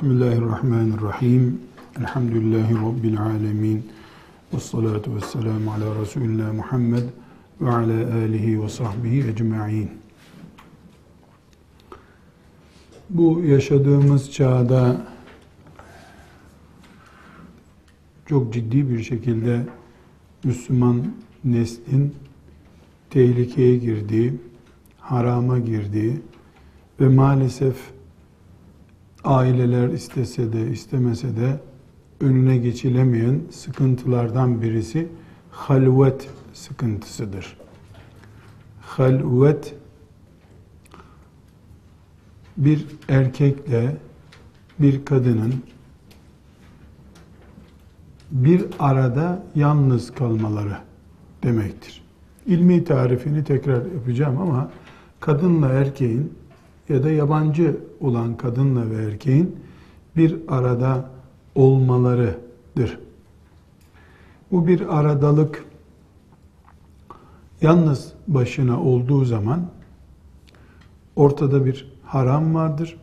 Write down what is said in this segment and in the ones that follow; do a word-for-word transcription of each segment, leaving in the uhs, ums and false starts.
Bismillahirrahmanirrahim. Elhamdülillahi Rabbil alemin. Vessalatu vesselamu ala Resulina Muhammed ve ala alihi ve sahbihi ecma'in. Bu yaşadığımız çağda çok ciddi bir şekilde Müslüman neslin tehlikeye girdiği, harama girdiği ve maalesef aileler istese de istemese de önüne geçilemeyen sıkıntılardan birisi halvet sıkıntısıdır. Halvet, bir erkekle bir kadının bir arada yalnız kalmaları demektir. İlmi tarifini tekrar yapacağım ama kadınla erkeğin ya da yabancı olan kadınla ve erkeğin bir arada olmalarıdır. Bu bir aradalık yalnız başına olduğu zaman ortada bir haram vardır.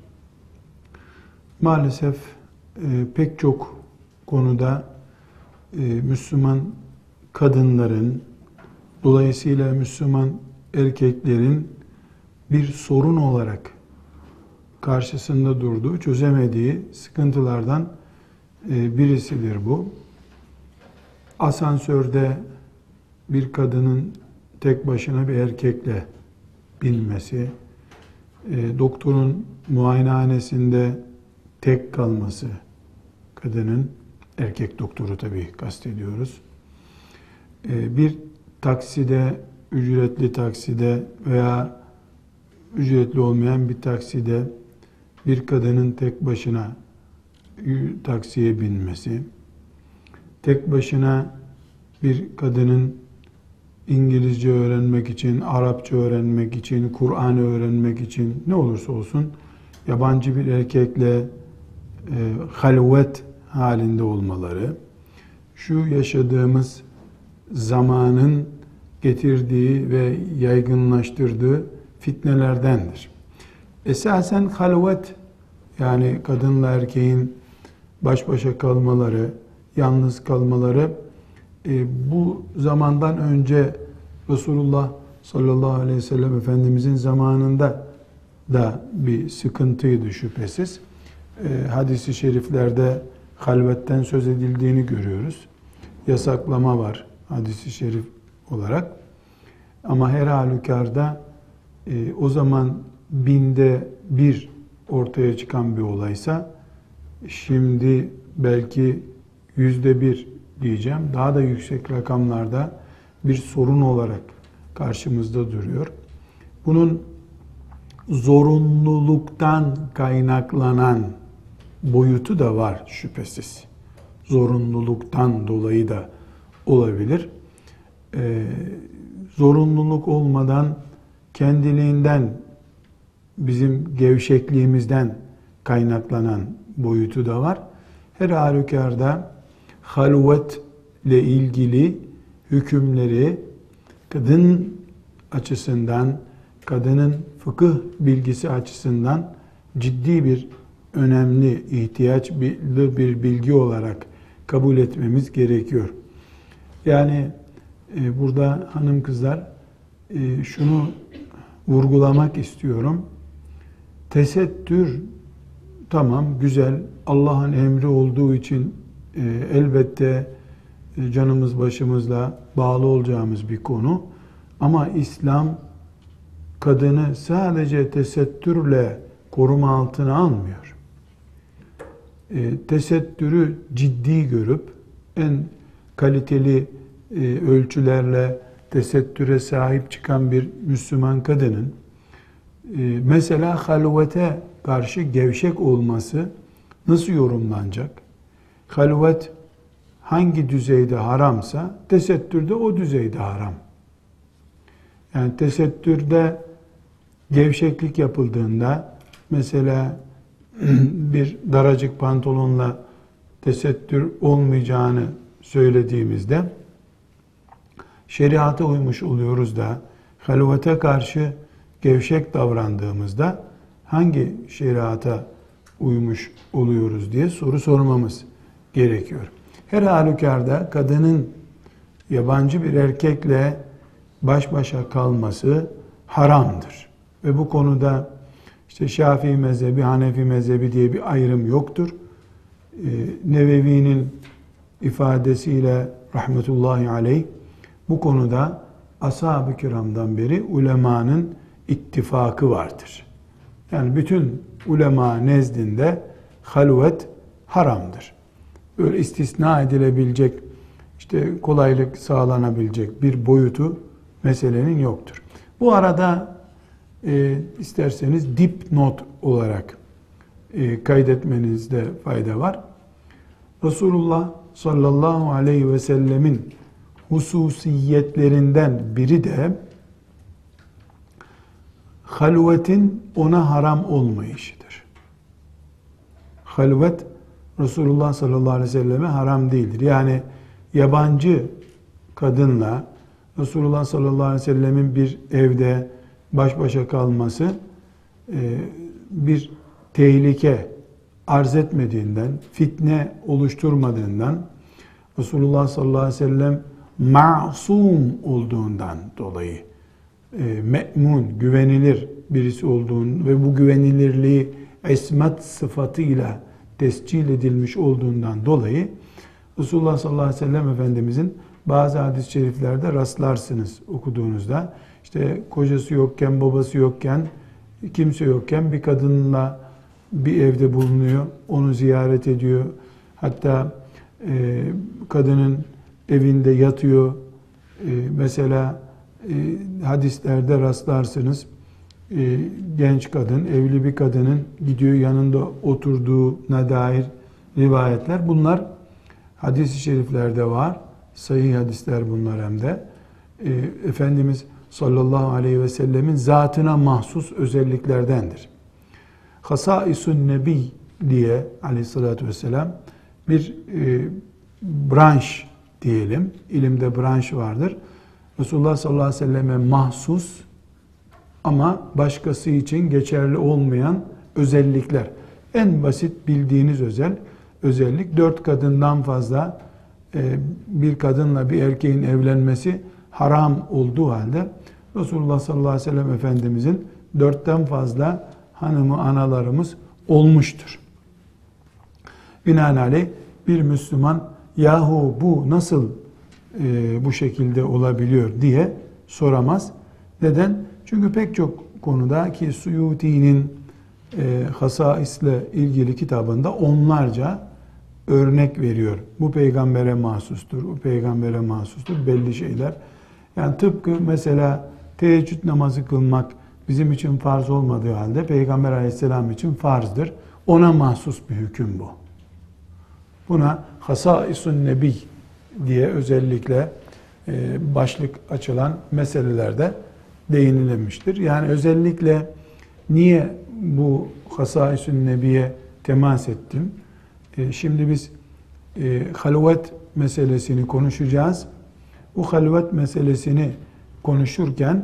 Maalesef e, pek çok konuda e, Müslüman kadınların, dolayısıyla Müslüman erkeklerin bir sorun olarak karşısında durduğu, çözemediği sıkıntılardan birisidir bu. Asansörde bir kadının tek başına bir erkekle binmesi, doktorun muayenehanesinde tek kalması, kadının, erkek doktoru tabii kastediyoruz, bir takside, ücretli takside veya ücretli olmayan bir takside bir kadının tek başına taksiye binmesi, tek başına bir kadının İngilizce öğrenmek için, Arapça öğrenmek için, Kur'an öğrenmek için ne olursa olsun yabancı bir erkekle e, halvet halinde olmaları, şu yaşadığımız zamanın getirdiği ve yaygınlaştırdığı fitnelerdendir. Esasen halvet, yani kadınla erkeğin baş başa kalmaları, yalnız kalmaları e, bu zamandan önce Resulullah sallallahu aleyhi ve sellem Efendimizin zamanında da bir sıkıntıydı şüphesiz. E, hadis-i şeriflerde halvetten söz edildiğini görüyoruz. Yasaklama var hadis-i şerif olarak. Ama her halükarda e, o zaman binde bir ortaya çıkan bir olaysa, şimdi belki yüzde bir diyeceğim, daha da yüksek rakamlarda bir sorun olarak karşımızda duruyor. Bunun zorunluluktan kaynaklanan boyutu da var şüphesiz. Zorunluluktan dolayı da olabilir. Ee, zorunluluk olmadan kendiliğinden, bizim gevşekliğimizden kaynaklanan boyutu da var. Her halükarda halvet ile ilgili hükümleri kadın açısından, kadının fıkıh bilgisi açısından ciddi bir, önemli, ihtiyaçlı bir bilgi olarak kabul etmemiz gerekiyor. Yani e, burada hanım kızlar e, şunu vurgulamak istiyorum. Tesettür tamam, güzel, Allah'ın emri olduğu için e, elbette e, canımız başımızla bağlı olacağımız bir konu. Ama İslam kadını sadece tesettürle koruma altına almıyor. E, tesettürü ciddi görüp en kaliteli e, ölçülerle tesettüre sahip çıkan bir Müslüman kadının e, mesela halvete karşı gevşek olması nasıl yorumlanacak? Halvet hangi düzeyde haramsa tesettür de o düzeyde haram. Yani tesettürde gevşeklik yapıldığında, mesela bir daracık pantolonla tesettür olmayacağını söylediğimizde şeriata uymuş oluyoruz da halvete karşı gevşek davrandığımızda hangi şeriata uymuş oluyoruz diye soru sormamız gerekiyor. Her halükarda kadının yabancı bir erkekle baş başa kalması haramdır. Ve bu konuda işte Şafii mezhebi, Hanefi mezhebi diye bir ayrım yoktur. Ee, Nevevi'nin ifadesiyle rahmetullahi aleyh bu konuda ashab-ı kiramdan beri ulemanın ittifakı vardır. Yani bütün ulema nezdinde halvet haramdır. Böyle istisna edilebilecek, işte kolaylık sağlanabilecek bir boyutu meselenin yoktur. Bu arada e, isterseniz dipnot olarak e, kaydetmenizde fayda var. Resulullah sallallahu aleyhi ve sellemin hususiyetlerinden biri de halvetin ona haram olmayışıdır. Halvet Resulullah sallallahu aleyhi ve selleme haram değildir. Yani yabancı kadınla Resulullah sallallahu aleyhi ve sellemin bir evde baş başa kalması bir tehlike arz etmediğinden, fitne oluşturmadığından, Resulullah sallallahu aleyhi ve sellem ma'sum olduğundan dolayı, e, me'mun, güvenilir birisi olduğunu ve bu güvenilirliği esmat sıfatıyla tescil edilmiş olduğundan dolayı Resulullah sallallahu aleyhi ve sellem Efendimizin bazı hadis-i şeriflerde rastlarsınız okuduğunuzda. İşte kocası yokken, babası yokken, kimse yokken bir kadınla bir evde bulunuyor, onu ziyaret ediyor. Hatta e, kadının evinde yatıyor. E, mesela e, hadislerde rastlarsınız. E, genç kadın, evli bir kadının gidiyor yanında oturduğuna dair rivayetler. Bunlar hadis-i şeriflerde var. Sahih hadisler bunlar hem de. E, Efendimiz sallallahu aleyhi ve sellemin zatına mahsus özelliklerdendir. Hasaisun Nebi diye aleyhissalatü vesselam bir e, branş diyelim, ilimde branş vardır. Resulullah sallallahu aleyhi ve selleme mahsus ama başkası için geçerli olmayan özellikler. En basit bildiğiniz özel özellik dört kadından fazla e, bir kadınla bir erkeğin evlenmesi haram olduğu halde Resulullah sallallahu aleyhi ve sellem Efendimizin dörtten fazla hanımı, analarımız olmuştur. Binaenaleyh bir Müslüman yahu bu nasıl e, bu şekilde olabiliyor diye soramaz. Neden? Çünkü pek çok konuda ki Suyuti'nin e, hasaisle ilgili kitabında onlarca örnek veriyor. Bu peygambere mahsustur, bu peygambere mahsustur belli şeyler. Yani tıpkı mesela teheccüd namazı kılmak bizim için farz olmadığı halde Peygamber aleyhisselam için farzdır. Ona mahsus bir hüküm bu. Buna hasaisun nebi diye özellikle başlık açılan meselelerde değinilmiştir. Yani özellikle niye bu hasaisun nebiye temas ettim? Şimdi biz halvet meselesini konuşacağız. Bu halvet meselesini konuşurken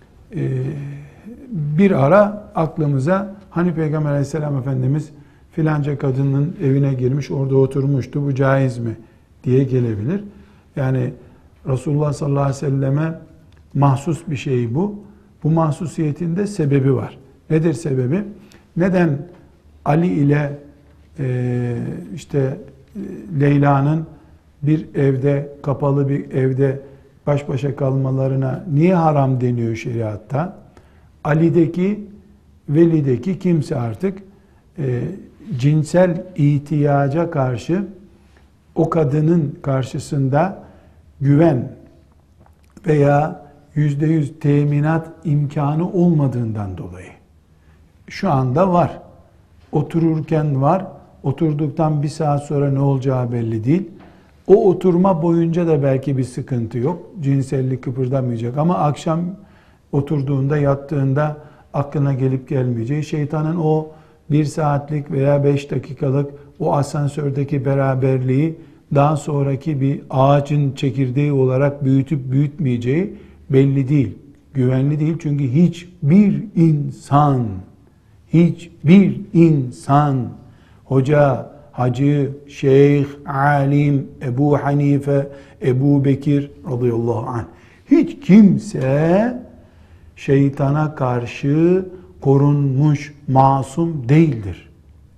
bir ara aklımıza hani Peygamber aleyhisselam Efendimiz filanca kadının evine girmiş, orada oturmuştu, bu caiz mi diye gelebilir. Yani Resulullah sallallahu aleyhi ve selleme mahsus bir şey bu. Bu mahsusiyetin de sebebi var. Nedir sebebi? Neden Ali ile e, işte Leyla'nın bir evde, kapalı bir evde baş başa kalmalarına niye haram deniyor şeriatta? Ali'deki, Veli'deki kimse artık e, cinsel ihtiyaca karşı o kadının karşısında güven veya yüzde yüz teminat imkanı olmadığından dolayı. Şu anda var. Otururken var. Oturduktan bir saat sonra ne olacağı belli değil. O oturma boyunca da belki bir sıkıntı yok. Cinsellik kıpırdamayacak ama akşam oturduğunda, yattığında aklına gelip gelmeyeceği, şeytanın o bir saatlik veya beş dakikalık o asansördeki beraberliği daha sonraki bir ağacın çekirdeği olarak büyütüp büyütmeyeceği belli değil. Güvenli değil çünkü hiçbir insan hiçbir insan, hoca, hacı, şeyh, alim, Ebu Hanife, Ebu Bekir radıyallahu anh, hiç kimse şeytana karşı korunmuş, masum değildir.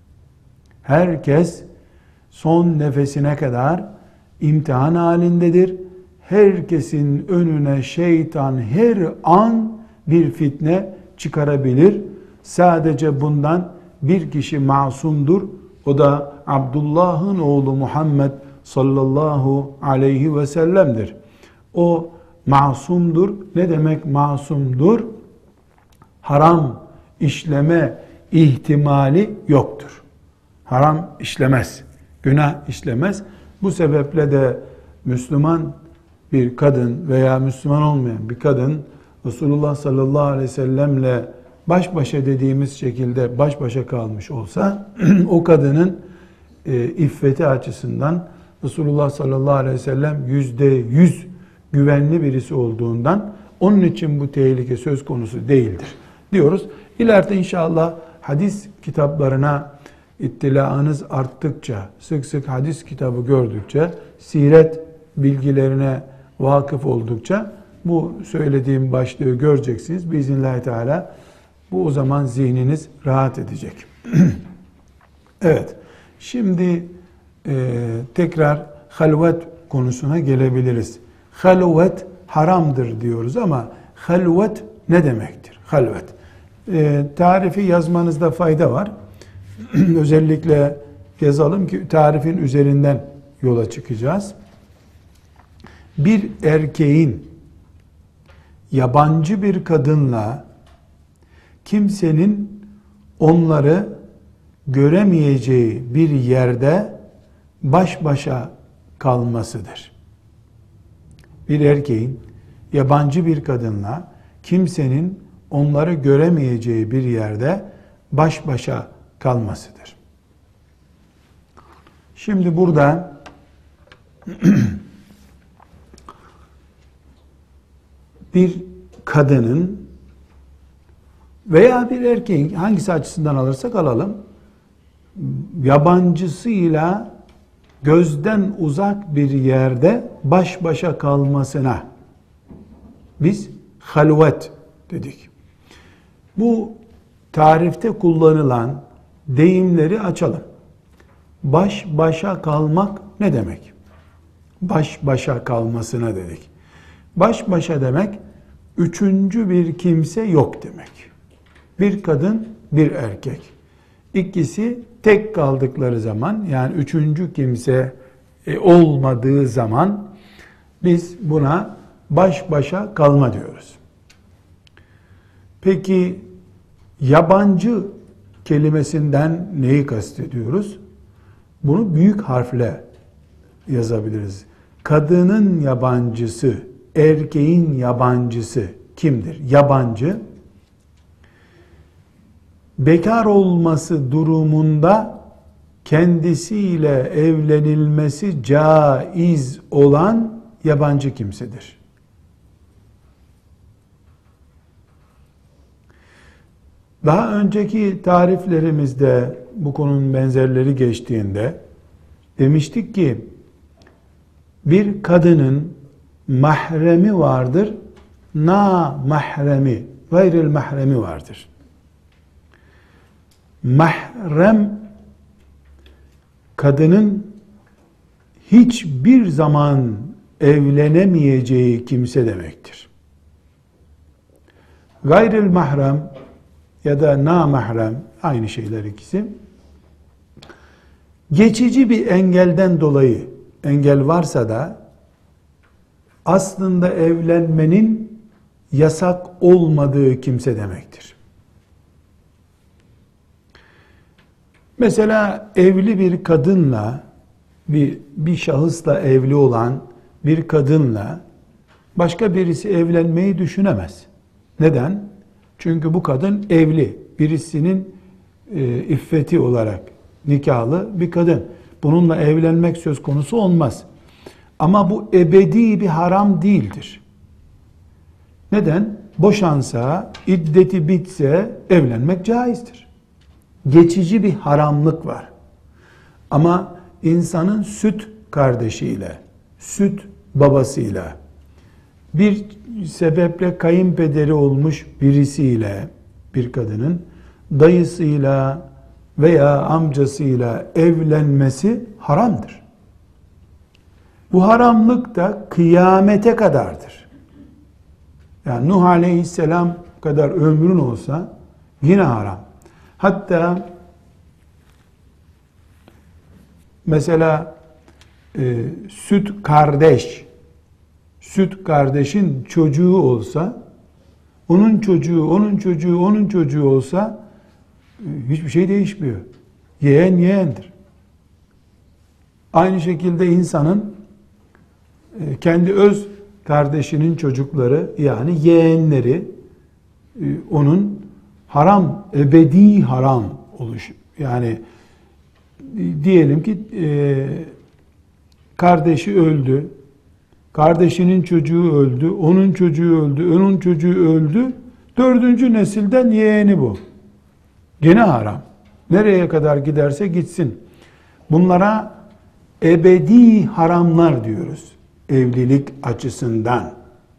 Herkes son nefesine kadar imtihan halindedir. Herkesin önüne şeytan her an bir fitne çıkarabilir. Sadece bundan bir kişi masumdur. O da Abdullah'ın oğlu Muhammed sallallahu aleyhi ve sellem'dir. O masumdur. Ne demek masumdur? Haram işleme ihtimali yoktur. Haram işlemez, günah işlemez. Bu sebeple de Müslüman bir kadın veya Müslüman olmayan bir kadın Resulullah sallallahu aleyhi ve sellemle baş başa dediğimiz şekilde baş başa kalmış olsa o kadının e, iffeti açısından Resulullah sallallahu aleyhi ve sellem yüzde yüz güvenli birisi olduğundan onun için bu tehlike söz konusu değildir diyoruz. İleride inşallah hadis kitaplarına ittilaınız arttıkça, sık sık hadis kitabı gördükçe, siret bilgilerine vakıf oldukça bu söylediğim başlığı göreceksiniz. Biiznillahü Teala bu o zaman zihniniz rahat edecek. Evet, şimdi e, tekrar halvet konusuna gelebiliriz. Halvet haramdır diyoruz ama halvet ne demektir? Halvet. E, tarifi yazmanızda fayda var. Özellikle yazalım ki tarifin üzerinden yola çıkacağız. Bir erkeğin yabancı bir kadınla kimsenin onları göremeyeceği bir yerde baş başa kalmasıdır. Bir erkeğin yabancı bir kadınla kimsenin onları göremeyeceği bir yerde baş başa kalmasıdır. Şimdi burada bir kadının veya bir erkeğin hangisi açısından alırsak alalım yabancısıyla gözden uzak bir yerde baş başa kalmasına biz halvet dedik. Bu tarifte kullanılan deyimleri açalım. Baş başa kalmak ne demek? Baş başa kalmasına dedik. Baş başa demek üçüncü bir kimse yok demek. Bir kadın, bir erkek. İkisi tek kaldıkları zaman, yani üçüncü kimse olmadığı zaman biz buna baş başa kalma diyoruz. Peki yabancı kelimesinden neyi kastediyoruz? Bunu büyük harfle yazabiliriz. Kadının yabancısı, erkeğin yabancısı kimdir? Yabancı, bekar olması durumunda kendisiyle evlenilmesi caiz olan yabancı kimsedir. Daha önceki tariflerimizde bu konunun benzerleri geçtiğinde demiştik ki bir kadının mahremi vardır, na mahremi, gayril mahremi vardır. Mahrem kadının hiçbir zaman evlenemeyeceği kimse demektir. Gayril mahrem ya da namahrem aynı şeyler ikisi. Geçici bir engelden dolayı engel varsa da aslında evlenmenin yasak olmadığı kimse demektir. Mesela evli bir kadınla bir bir şahısla evli olan bir kadınla başka birisi evlenmeyi düşünemez. Neden? Çünkü bu kadın evli, birisinin e, iffeti olarak nikahlı bir kadın. Bununla evlenmek söz konusu olmaz. Ama bu ebedi bir haram değildir. Neden? Boşansa, iddeti bitse evlenmek caizdir. geçici bir haramlık var. Ama insanın süt kardeşiyle, süt babasıyla, bir sebeple kayınpederi olmuş birisiyle, bir kadının dayısıyla veya amcasıyla evlenmesi haramdır. Bu haramlık da kıyamete kadardır. Yani Nuh Aleyhisselam kadar ömrün olsa yine haram. Hatta mesela e, süt kardeş, süt kardeşin çocuğu olsa, onun çocuğu, onun çocuğu, onun çocuğu olsa e, hiçbir şey değişmiyor. Yeğen yeğendir. Aynı şekilde insanın e, kendi öz kardeşinin çocukları, yani yeğenleri e, onun haram, ebedi haram oluş. Yani e, diyelim ki e, kardeşi öldü, kardeşinin çocuğu öldü, onun çocuğu öldü, onun çocuğu öldü. Dördüncü nesilden yeğeni bu. Gene haram. Nereye kadar giderse gitsin. Bunlara ebedi haramlar diyoruz. Evlilik açısından.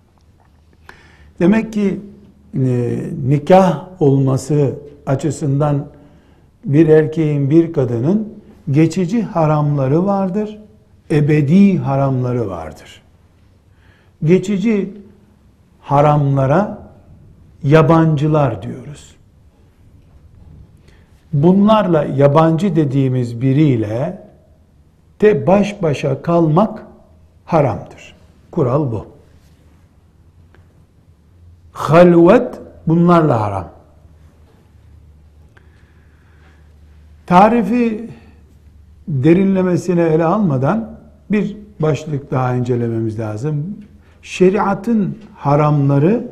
Demek ki e, nikah olması açısından bir erkeğin, bir kadının geçici haramları vardır. Ebedi haramları vardır. Geçici haramlara yabancılar diyoruz. Bunlarla, yabancı dediğimiz biriyle de baş başa kalmak haramdır. Kural bu. Halvet bunlarla haram. Tarifi derinlemesine ele almadan bir başlık daha incelememiz lazım. Şeriatın haramları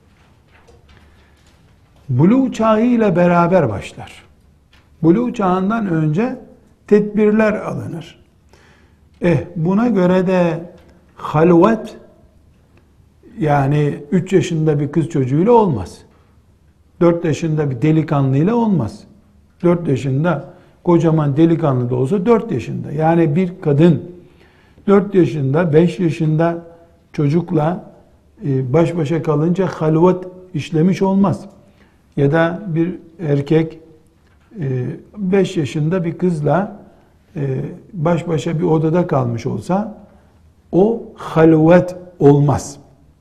buluğ çağı ile beraber başlar. Buluğ çağından önce tedbirler alınır. Eh buna göre de halvet, yani üç yaşında bir kız çocuğuyla olmaz. dört yaşında bir delikanlıyla olmaz. dört yaşında kocaman delikanlı da olsa dört yaşında. Yani bir kadın dört yaşında, beş yaşında çocukla baş başa kalınca halvet işlemiş olmaz. Ya da bir erkek beş yaşında bir kızla baş başa bir odada kalmış olsa o halvet olmaz.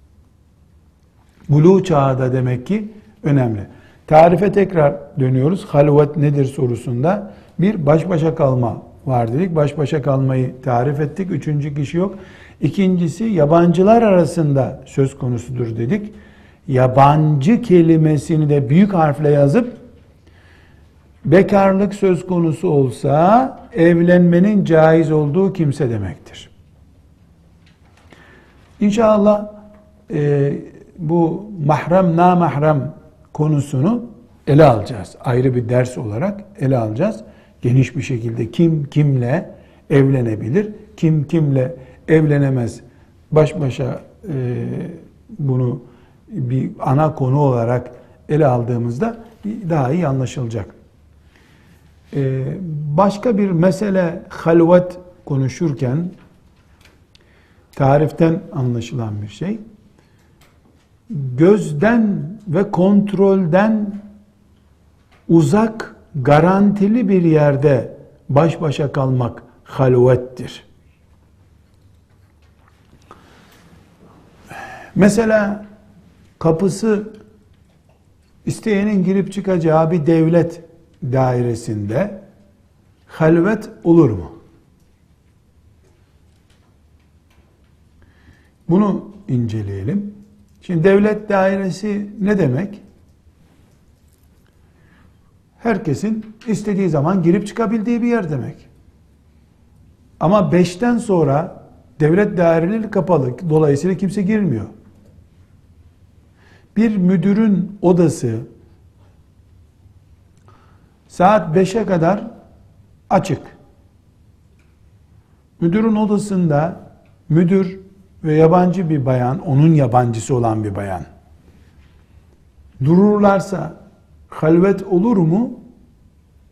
Buluğ çağı da demek ki önemli. Tarife tekrar dönüyoruz. Halvet nedir sorusunda bir, baş başa kalma var dedik. Baş başa kalmayı tarif ettik. Üçüncü kişi yok. İkincisi yabancılar arasında söz konusudur dedik. Yabancı kelimesini de büyük harfle yazıp bekarlık söz konusu olsa evlenmenin caiz olduğu kimse demektir. İnşallah e, bu mahrem namahrem konusunu ele alacağız. Ayrı bir ders olarak ele alacağız. Geniş bir şekilde kim kimle evlenebilir, kim kimle evlenemez. Baş başa e, bunu bir ana konu olarak ele aldığımızda daha iyi anlaşılacak. E, başka bir mesele halvet konuşurken tariften anlaşılan bir şey. Gözden ve kontrolden uzak, garantili bir yerde baş başa kalmak halvettir. Mesela kapısı isteyenin girip çıkacağı bir devlet dairesinde halvet olur mu? Bunu inceleyelim. Şimdi devlet dairesi ne demek? Herkesin istediği zaman girip çıkabildiği bir yer demek. Ama beşten sonra devlet daireleri kapalı. Dolayısıyla kimse girmiyor. Bir müdürün odası saat beşe kadar açık. Müdürün odasında müdür ve yabancı bir bayan, onun yabancısı olan bir bayan dururlarsa halvet olur mu?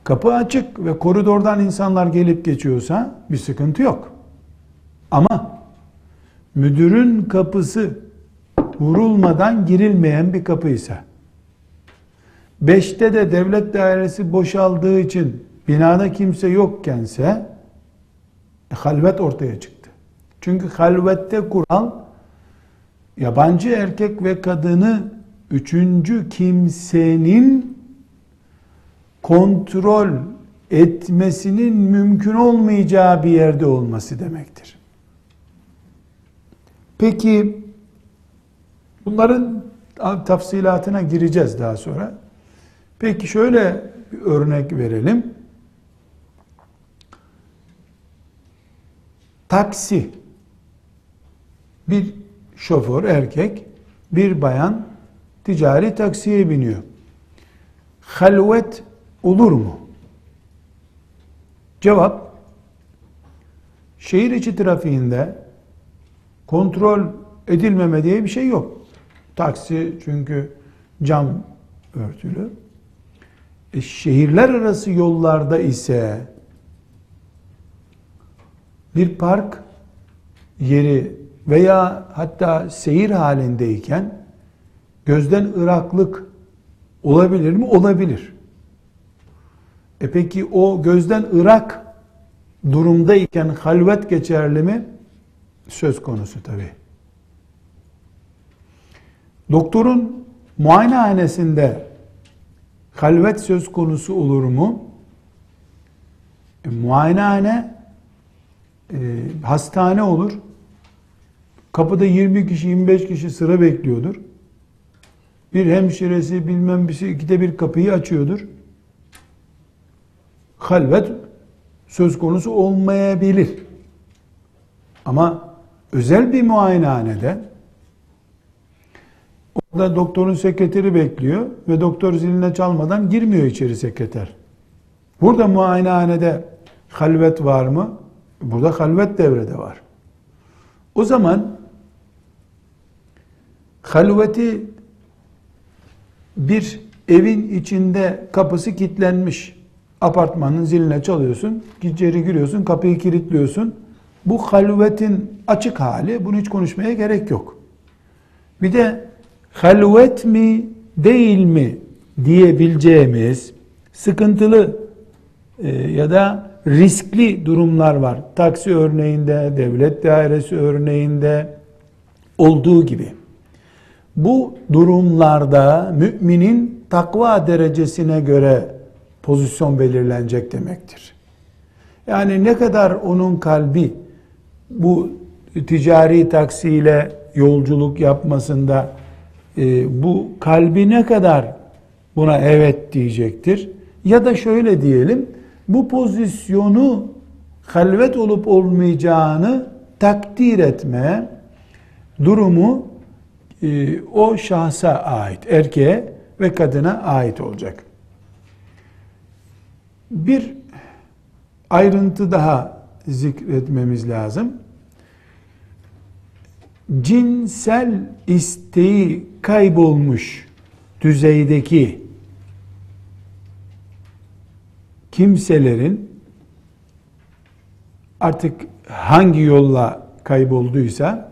Kapı açık ve koridordan insanlar gelip geçiyorsa bir sıkıntı yok. Ama müdürün kapısı vurulmadan girilmeyen bir kapıysa, beşte de devlet dairesi boşaldığı için binada kimse yokkense e, halvet ortaya çıktı. Çünkü halvette kural yabancı erkek ve kadını üçüncü kimsenin kontrol etmesinin mümkün olmayacağı bir yerde olması demektir. Peki bunların tafsilatına gireceğiz daha sonra. Peki şöyle bir örnek verelim. Taksi. Bir şoför erkek, bir bayan ticari taksiye biniyor. Halvet olur mu? Cevap, şehir içi trafiğinde kontrol edilmeme diye bir şey yok. Taksi çünkü cam örtülü. E, şehirler arası yollarda ise bir park yeri veya hatta seyir halindeyken gözden ıraklık olabilir mi? Olabilir. E peki o gözden ırak durumdayken halvet geçerli mi? Söz konusu tabii. Doktorun muayenehanesinde halvet söz konusu olur mu? E, muayenehane e, hastane olur. Kapıda yirmi kişi, yirmi beş kişi sıra bekliyordur. Bir hemşiresi bilmem birisi ikide bir kapıyı açıyordur. Halvet söz konusu olmayabilir. Ama özel bir muayenehanede orada doktorun sekreteri bekliyor ve doktor ziline çalmadan girmiyor içeri sekreter. Burada muayenehanede halvet var mı? Burada halvet devrede var. O zaman halveti bir evin içinde kapısı kilitlenmiş, apartmanın ziline çalıyorsun, içeri giriyorsun, kapıyı kilitliyorsun. Bu halvetin açık hali, bunu hiç konuşmaya gerek yok. Bir de halvet mi değil mi diyebileceğimiz sıkıntılı e, ya da riskli durumlar var. Taksi örneğinde, devlet dairesi örneğinde olduğu gibi. Bu durumlarda müminin takva derecesine göre pozisyon belirlenecek demektir. Yani ne kadar onun kalbi bu ticari taksiyle yolculuk yapmasında e, bu kalbi ne kadar buna evet diyecektir. Ya da şöyle diyelim, bu pozisyonu halvet olup olmayacağını takdir etme durumu e, o şahsa ait, erkeğe ve kadına ait olacak. Bir ayrıntı daha zikretmemiz lazım. Cinsel isteği kaybolmuş düzeydeki kimselerin artık hangi yolla kaybolduysa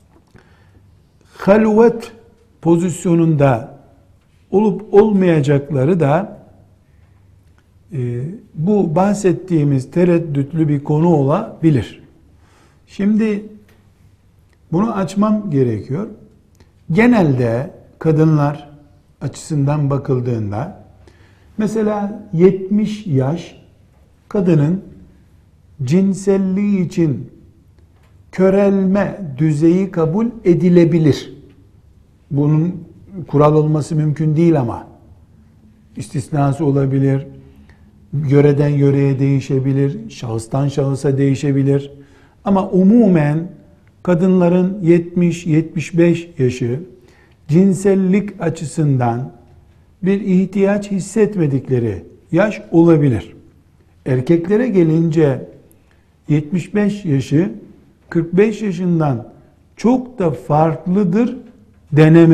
halvet pozisyonunda olup olmayacakları da e, bu bahsettiğimiz tereddütlü bir konu olabilir. Şimdi bunu açmam gerekiyor. Genelde kadınlar açısından bakıldığında mesela yetmiş yaş kadının cinselliği için körelme düzeyi kabul edilebilir. Bunun kural olması mümkün değil ama istisnası olabilir. Yöreden yöreye değişebilir. Şahıstan şahısa değişebilir. Ama umumen kadınların yetmiş yetmiş beş yaşı cinsellik açısından bir ihtiyaç hissetmedikleri yaş olabilir. Erkeklere gelince yetmiş beş yaşı kırk beş yaşından çok da farklıdır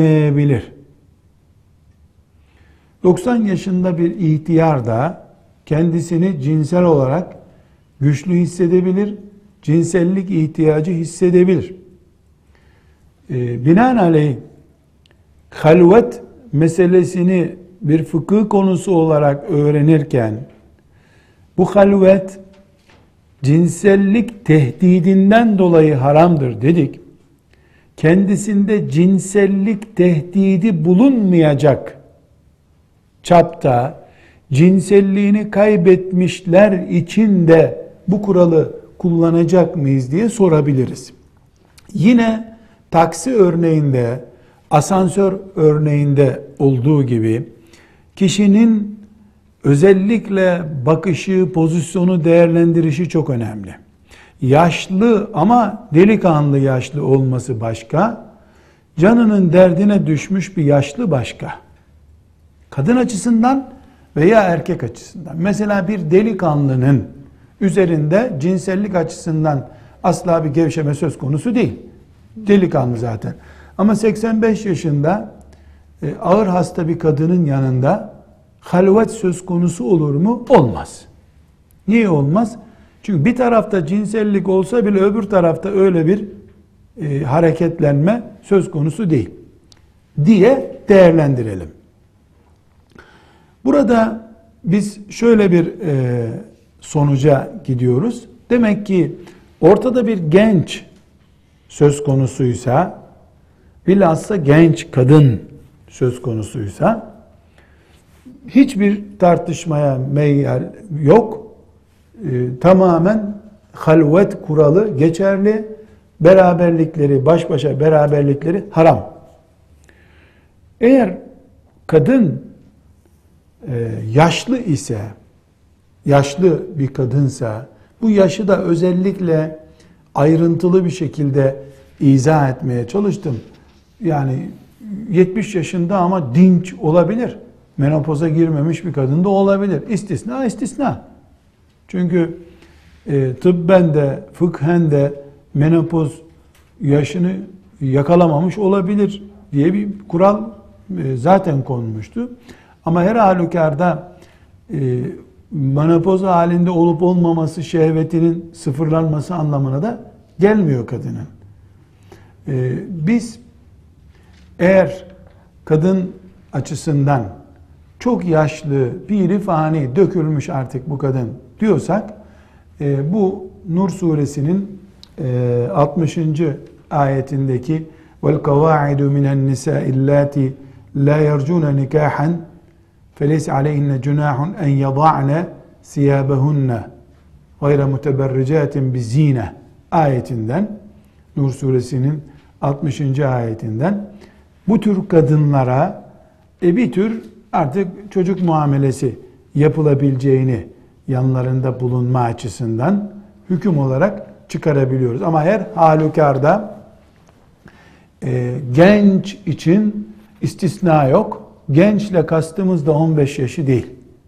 denemeyebilir. doksan yaşında bir ihtiyar da kendisini cinsel olarak güçlü hissedebilir, cinsellik ihtiyacı hissedebilir. Ee, binaenaleyh halvet meselesini bir fıkıh konusu olarak öğrenirken bu halvet cinsellik tehdidinden dolayı haramdır dedik. Kendisinde cinsellik tehdidi bulunmayacak çapta cinselliğini kaybetmişler için de bu kuralı kullanacak mıyız diye sorabiliriz. Yine taksi örneğinde, asansör örneğinde olduğu gibi kişinin özellikle bakışı, pozisyonu değerlendirişi çok önemli. Yaşlı ama delikanlı yaşlı olması başka, canının derdine düşmüş bir yaşlı başka. Kadın açısından veya erkek açısından. Mesela bir delikanlının üzerinde cinsellik açısından asla bir gevşeme söz konusu değil. Delikanlı zaten. Ama seksen beş yaşında e, ağır hasta bir kadının yanında halvet söz konusu olur mu? Olmaz. Niye olmaz? Çünkü bir tarafta cinsellik olsa bile öbür tarafta öyle bir e, hareketlenme söz konusu değil diye değerlendirelim. Burada biz şöyle bir e, sonuca gidiyoruz. Demek ki ortada bir genç söz konusuysa, bilhassa genç kadın söz konusuysa, hiçbir tartışmaya meyil yok. E, tamamen halvet kuralı geçerli. Beraberlikleri, baş başa beraberlikleri haram. Eğer kadın e, yaşlı ise, yaşlı bir kadınsa, bu yaşı da özellikle ayrıntılı bir şekilde izah etmeye çalıştım. Yani yetmiş yaşında ama dinç olabilir. Menopoza girmemiş bir kadın da olabilir. İstisna istisna. Çünkü e, tıbben de fıkhen de menopoz yaşını yakalamamış olabilir diye bir kural e, zaten konmuştu. Ama her halükarda e, menopoz halinde olup olmaması şehvetinin sıfırlanması anlamına da gelmiyor kadının. E, biz eğer kadın açısından çok yaşlı, piri fani, dökülmüş artık bu kadın diyorsak, e, bu Nur suresinin e, altmışıncı ayetindeki وَالْقَوَاعِدُ مِنَ النِّسَاءِ اللَّاتِ لَا يَرْجُونَ نِكَاحًا فَلَيْسَ عَلَيْهِنَّ جُنَاحٌ أَنْ يَضَعْنَ ثِيَابَهُنَّ غَيْرَ مُتَبَرِّجَاتٍ بِزِينَةٍ ayetinden, Nur suresinin altmışıncı ayetinden bu tür kadınlara e, bir tür artık çocuk muamelesi yapılabileceğini yanlarında bulunma açısından hüküm olarak çıkarabiliyoruz. Ama her halükarda e, genç için istisna yok. Gençle kastımız da on beş yaşı değil.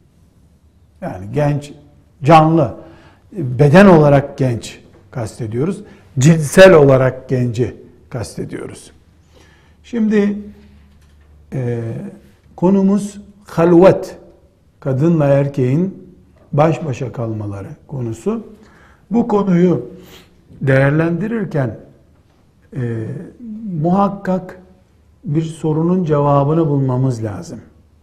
Yani genç, canlı, beden olarak genç kastediyoruz. Cinsel olarak genci kastediyoruz. Şimdi e, konumuz halvet, kadınla erkeğin baş başa kalmaları konusu. Bu konuyu değerlendirirken e, muhakkak bir sorunun cevabını bulmamız lazım.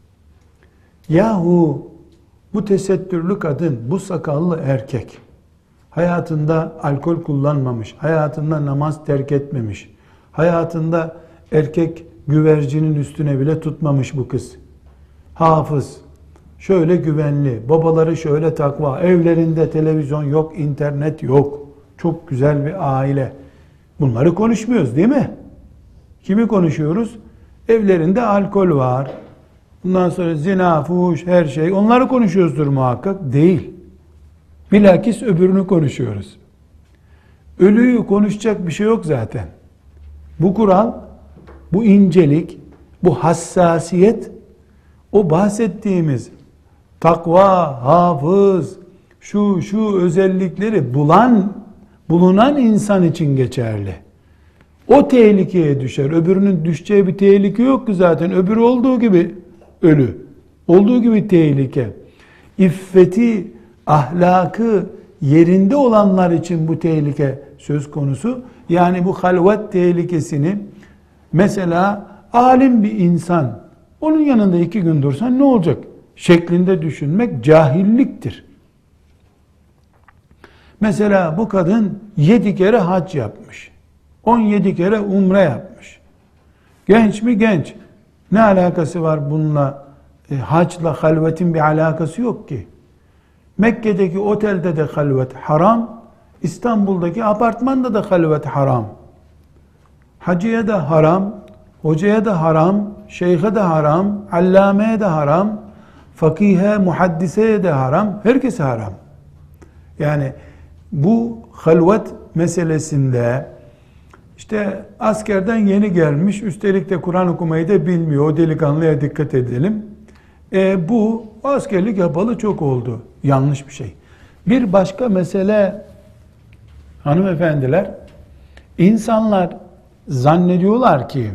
Yahu bu tesettürlü kadın, bu sakallı erkek hayatında alkol kullanmamış, hayatında namaz terk etmemiş, hayatında erkek güvercinin üstüne bile tutmamış bu kız. Hafız, şöyle güvenli, babaları şöyle takva, evlerinde televizyon yok, internet yok, çok güzel bir aile. Bunları konuşmuyoruz değil mi? Kimi konuşuyoruz? Evlerinde alkol var, bundan sonra zina, fuhuş, her şey, onları konuşuyoruzdur muhakkak. Değil. Bilakis öbürünü konuşuyoruz. Ölüyü konuşacak bir şey yok zaten. Bu kural, bu incelik, bu hassasiyet, o bahsettiğimiz takva, hafız, şu şu özellikleri bulan, bulunan insan için geçerli. O tehlikeye düşer. Öbürünün düşeceği bir tehlike yok ki zaten. Öbürü olduğu gibi ölü. Olduğu gibi tehlike. iffeti, ahlakı yerinde olanlar için bu tehlike söz konusu. Yani bu halvet tehlikesini mesela alim bir insan, onun yanında iki gün dursan ne olacak şeklinde düşünmek cahilliktir. Mesela bu kadın yedi kere hac yapmış. on yedi kere umre yapmış. Genç mi? Genç. Ne alakası var bununla? E, hacla halvetin bir alakası yok ki. Mekke'deki otelde de halvet haram, İstanbul'daki apartmanda da halvet haram. Hacıya da haram, hocaya da haram, şeyhe de haram, allameye de haram, fakihe, muhaddiseye de haram, herkese haram. Yani bu halvet meselesinde işte askerden yeni gelmiş, üstelik de Kur'an okumayı da bilmiyor, o delikanlıya dikkat edelim. E, bu askerlik yapalı çok oldu. Yanlış bir şey. Bir başka mesele hanımefendiler, insanlar zannediyorlar ki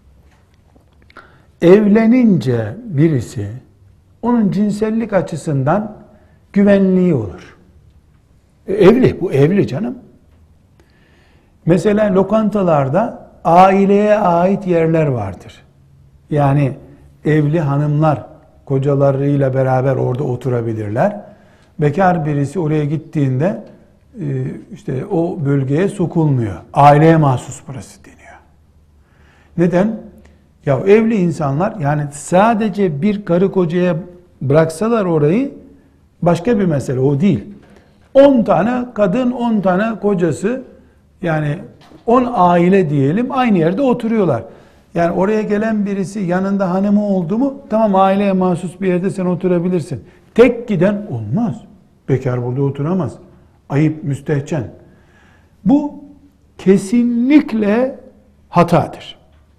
evlenince birisi onun cinsellik açısından güvenliği olur. E, evli, bu evli canım. Mesela lokantalarda aileye ait yerler vardır. Yani evli hanımlar kocalarıyla beraber orada oturabilirler. Bekar birisi oraya gittiğinde işte o bölgeye sokulmuyor. Aileye mahsus burası deniyor. Neden? Ya evli insanlar, yani sadece bir karı kocaya bıraksalar orayı başka bir mesele, o değil. on tane kadın, on tane kocası, yani on aile diyelim, aynı yerde oturuyorlar. Yani oraya gelen birisi yanında hanımı oldu mu, tamam, aileye mahsus bir yerde sen oturabilirsin. Tek giden olmaz. Bekar burada oturamaz. Ayıp, müstehcen. Bu kesinlikle hatadır.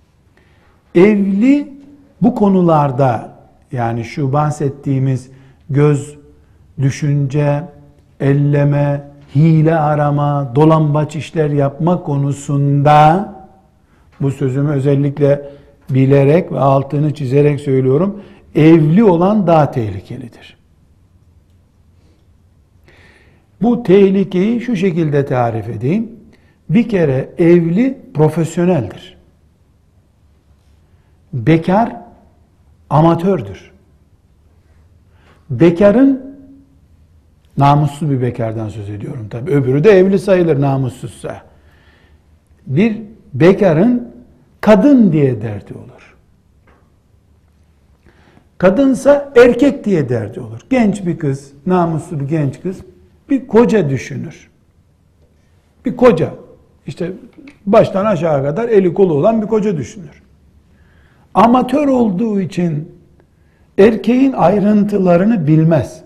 Evli bu konularda, yani şu bahsettiğimiz göz, düşünce, elleme, hile arama, dolambaç işler yapma konusunda, bu sözümü özellikle bilerek ve altını çizerek söylüyorum, evli olan daha tehlikelidir. Bu tehlikeyi şu şekilde tarif edeyim. Bir kere evli profesyoneldir. Bekar amatördür. Bekarın, namussuz bir bekardan söz ediyorum tabi. Öbürü de evli sayılır namussuzsa. Bir bekarın kadın diye derdi olur. Kadınsa erkek diye derdi olur. Genç bir kız, namuslu bir genç kız bir koca düşünür. Bir koca, işte baştan aşağı kadar eli kolu olan bir koca düşünür. Amatör olduğu için erkeğin ayrıntılarını bilmez.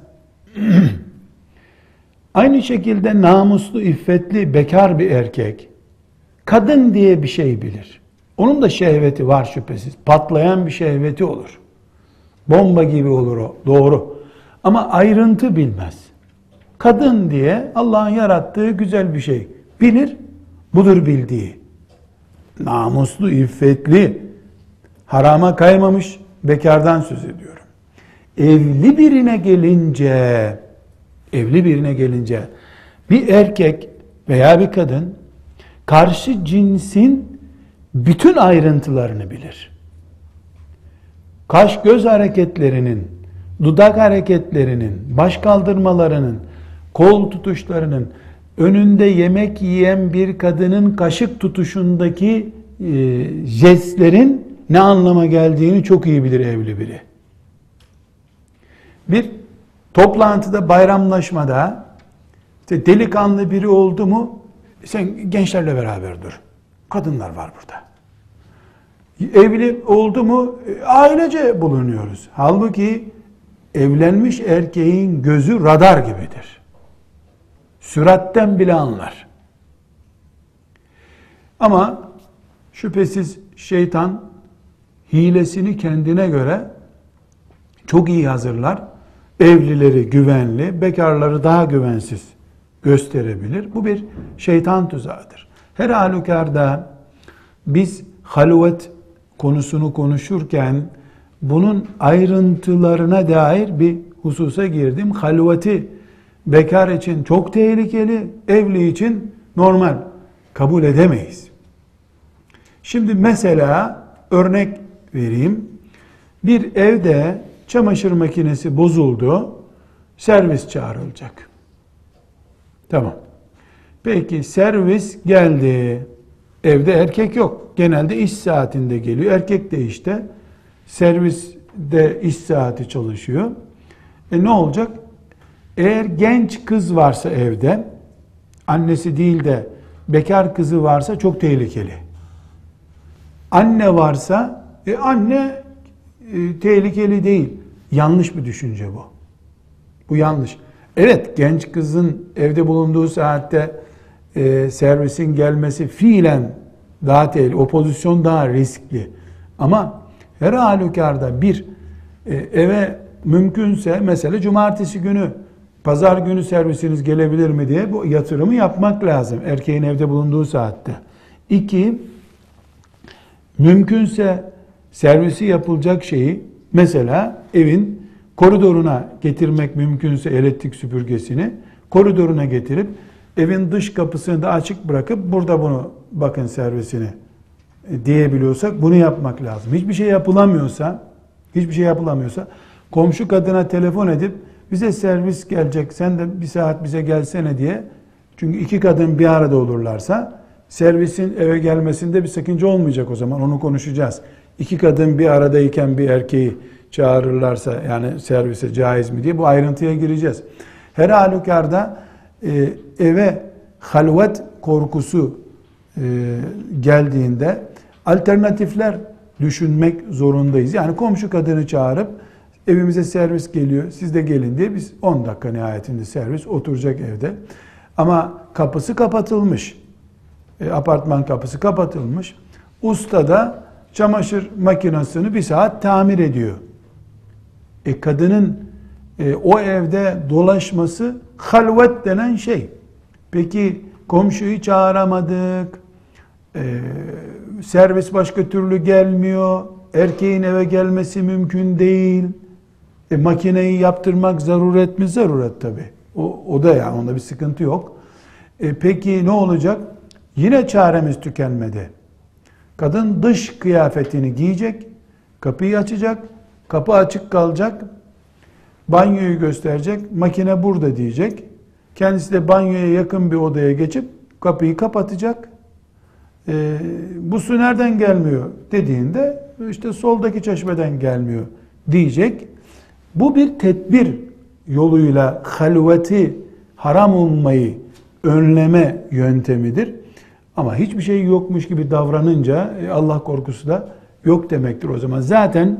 Aynı şekilde namuslu, iffetli, bekar bir erkek kadın diye bir şey bilir. Onun da şehveti var şüphesiz. Patlayan bir şehveti olur. Bomba gibi olur o, doğru. Ama ayrıntı bilmez. Kadın diye Allah'ın yarattığı güzel bir şey bilir, budur bildiği. Namuslu, iffetli, harama kaymamış bekardan söz ediyorum. Evli birine gelince, evli birine gelince bir erkek veya bir kadın karşı cinsin bütün ayrıntılarını bilir. Kaş göz hareketlerinin, dudak hareketlerinin, baş kaldırmalarının, kol tutuşlarının, önünde yemek yiyen bir kadının kaşık tutuşundaki e, jestlerin ne anlama geldiğini çok iyi bilir evli biri. Bir toplantıda, bayramlaşmada işte delikanlı biri oldu mu, sen gençlerle beraber dur. Kadınlar var burada. Evli oldu mu ailece bulunuyoruz. Halbuki evlenmiş erkeğin gözü radar gibidir. Süratten bile anlar. Ama şüphesiz şeytan hilesini kendine göre çok iyi hazırlar. Evlileri güvenli, bekarları daha güvensiz gösterebilir. Bu bir şeytan tuzağıdır. Her halükarda biz halvet konusunu konuşurken bunun ayrıntılarına dair bir hususa girdim. Halveti bekar için çok tehlikeli, evli için normal. Kabul edemeyiz. Şimdi mesela örnek vereyim. Bir evde çamaşır makinesi bozuldu. Servis çağrılacak. Tamam. Peki servis geldi. Evde erkek yok. Genelde iş saatinde geliyor. Erkek de işte serviste iş saati çalışıyor. E ne olacak? Eğer genç kız varsa evde, annesi değil de bekar kızı varsa çok tehlikeli. Anne varsa, e anne e, tehlikeli değil. Yanlış bir düşünce bu. Bu yanlış. Evet, genç kızın evde bulunduğu saatte e, servisin gelmesi fiilen daha tehlikeli. O pozisyon daha riskli. Ama her halükarda bir e, eve mümkünse mesela cumartesi günü, pazar günü servisiniz gelebilir mi diye bu yatırımı yapmak lazım erkeğin evde bulunduğu saatte. İki, mümkünse servisi yapılacak şeyi mesela evin koridoruna getirmek mümkünse elektrik süpürgesini koridoruna getirip evin dış kapısını da açık bırakıp burada bunu bakın servisini diyebiliyorsak bunu yapmak lazım. Hiçbir şey yapılamıyorsa, hiçbir şey yapılamıyorsa komşu kadına telefon edip bize servis gelecek, sen de bir saat bize gelsene diye. Çünkü iki kadın bir arada olurlarsa servisin eve gelmesinde bir sakınca olmayacak o zaman. Onu konuşacağız. İki kadın bir aradayken bir erkeği çağırırlarsa yani servise caiz mi diye bu ayrıntıya gireceğiz. Her halükarda e, eve halvet korkusu e, geldiğinde alternatifler düşünmek zorundayız. Yani komşu kadını çağırıp evimize servis geliyor, siz de gelin diye biz on dakika nihayetinde servis oturacak evde. Ama kapısı kapatılmış, e, apartman kapısı kapatılmış. Usta da çamaşır makinesini bir saat tamir ediyor. E kadının e, o evde dolaşması halvet denen şey. Peki komşuyu çağıramadık, e, servis başka türlü gelmiyor, erkeğin eve gelmesi mümkün değil. E, makineyi yaptırmak zaruret mi? Zaruret tabii. O, o da yani onda bir sıkıntı yok. E, peki ne olacak? Yine çaremiz tükenmedi. Kadın dış kıyafetini giyecek, kapıyı açacak, kapı açık kalacak, banyoyu gösterecek, makine burada diyecek. Kendisi de banyoya yakın bir odaya geçip kapıyı kapatacak. E, bu su nereden gelmiyor dediğinde işte soldaki çeşmeden gelmiyor diyecek. Bu bir tedbir yoluyla halveti haram olmayı önleme yöntemidir. Ama hiçbir şey yokmuş gibi davranınca Allah korkusu da yok demektir o zaman. Zaten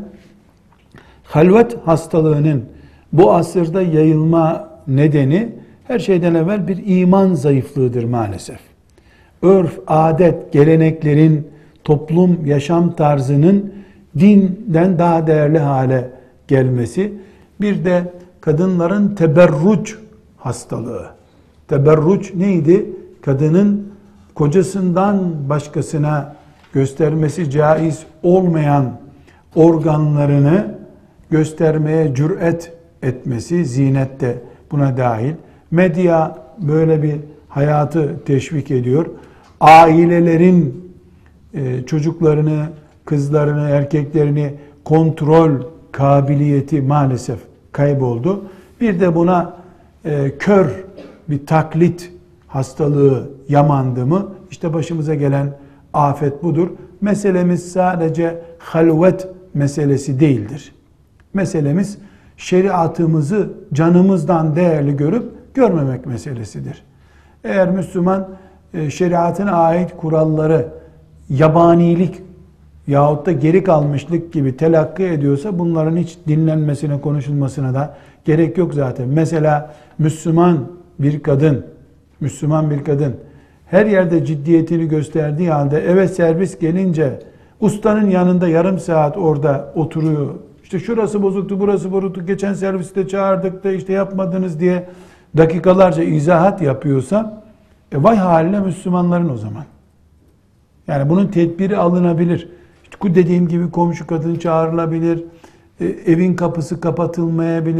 halvet hastalığının bu asırda yayılma nedeni her şeyden evvel bir iman zayıflığıdır maalesef. Örf, adet, geleneklerin, toplum yaşam tarzının dinden daha değerli hale gelmesi. Bir de kadınların teberruç hastalığı. Teberruç neydi? Kadının kocasından başkasına göstermesi caiz olmayan organlarını göstermeye cüret etmesi, zinet de buna dahil. Medya böyle bir hayatı teşvik ediyor. Ailelerin çocuklarını, kızlarını, erkeklerini kontrol kabiliyeti maalesef kayboldu. Bir de buna e, kör bir taklit hastalığı yamandı mı? İşte başımıza gelen afet budur. Meselemiz sadece halvet meselesi değildir. Meselemiz şeriatımızı canımızdan değerli görüp görmemek meselesidir. Eğer Müslüman e, şeriatına ait kuralları yabanilik yahut da geri kalmışlık gibi telakki ediyorsa bunların hiç dinlenmesine, konuşulmasına da gerek yok zaten. Mesela Müslüman bir kadın, Müslüman bir kadın her yerde ciddiyetini gösterdiği halde eve servis gelince ustanın yanında yarım saat orada oturuyor. İşte şurası bozuktu, burası bozuktu, geçen serviste çağırdık da işte yapmadınız diye dakikalarca izahat yapıyorsa e vay haline Müslümanların o zaman. Yani bunun tedbiri alınabilir. Dediğim gibi komşu kadın çağrılabilir, evin kapısı kapatılmayabilir,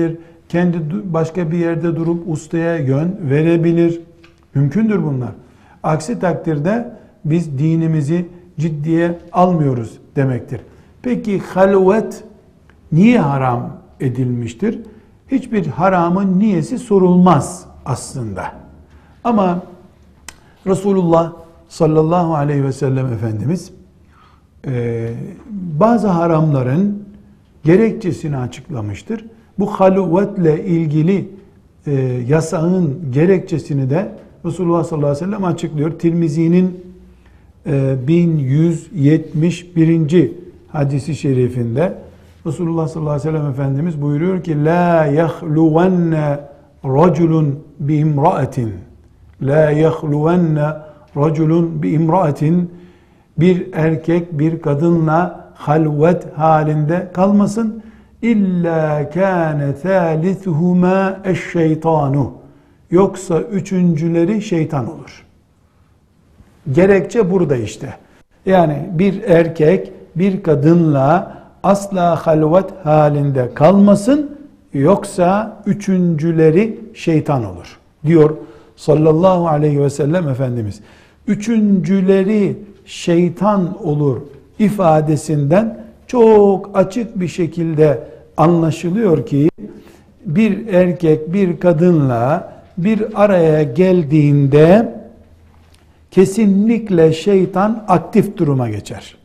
kendi başka bir yerde durup ustaya yön verebilir. Mümkündür bunlar. Aksi takdirde biz dinimizi ciddiye almıyoruz demektir. Peki halvet niye haram edilmiştir? Hiçbir haramın niyesi sorulmaz aslında. Ama Resulullah sallallahu aleyhi ve sellem Efendimiz e, bazı haramların gerekçesini açıklamıştır. Bu halvetle ilgili e, yasağın gerekçesini de Resulullah sallallahu aleyhi ve sellem açıklıyor. Tirmizi'nin e, bin yüz yetmiş birinci hadisi şerifinde Resulullah sallallahu aleyhi ve sellem Efendimiz buyuruyor ki la yahluvanne raculun bi imraatin la yahluvanne raculun bi imraatin bir erkek bir kadınla halvet halinde kalmasın illa kana thalithuhuma eşşeytanu yoksa üçüncüleri şeytan olur. Gerekçe burada işte. Yani bir erkek bir kadınla asla halvet halinde kalmasın yoksa üçüncüleri şeytan olur diyor sallallahu aleyhi ve sellem Efendimiz. Üçüncüleri şeytan olur ifadesinden çok açık bir şekilde anlaşılıyor ki bir erkek bir kadınla bir araya geldiğinde kesinlikle şeytan aktif duruma geçer.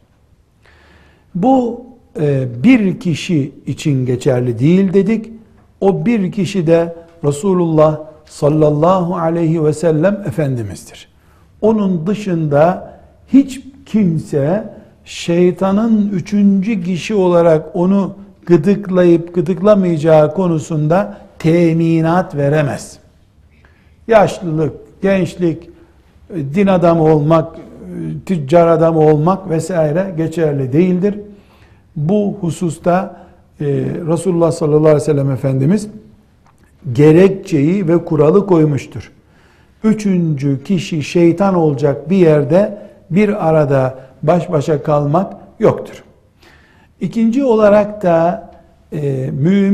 Bu e, bir kişi için geçerli değil dedik. O bir kişi de Resulullah sallallahu aleyhi ve sellem Efendimiz'dir. Onun dışında hiç kimse şeytanın üçüncü kişi olarak onu gıdıklayıp gıdıklamayacağı konusunda teminat veremez. Yaşlılık, gençlik, din adamı olmak, tüccar adamı olmak vesaire geçerli değildir. Bu hususta e, Resulullah sallallahu aleyhi ve sellem Efendimiz gerekçeyi ve kuralı koymuştur. Üçüncü kişi şeytan olacak bir yerde bir arada baş başa kalmak yoktur. İkinci olarak da e,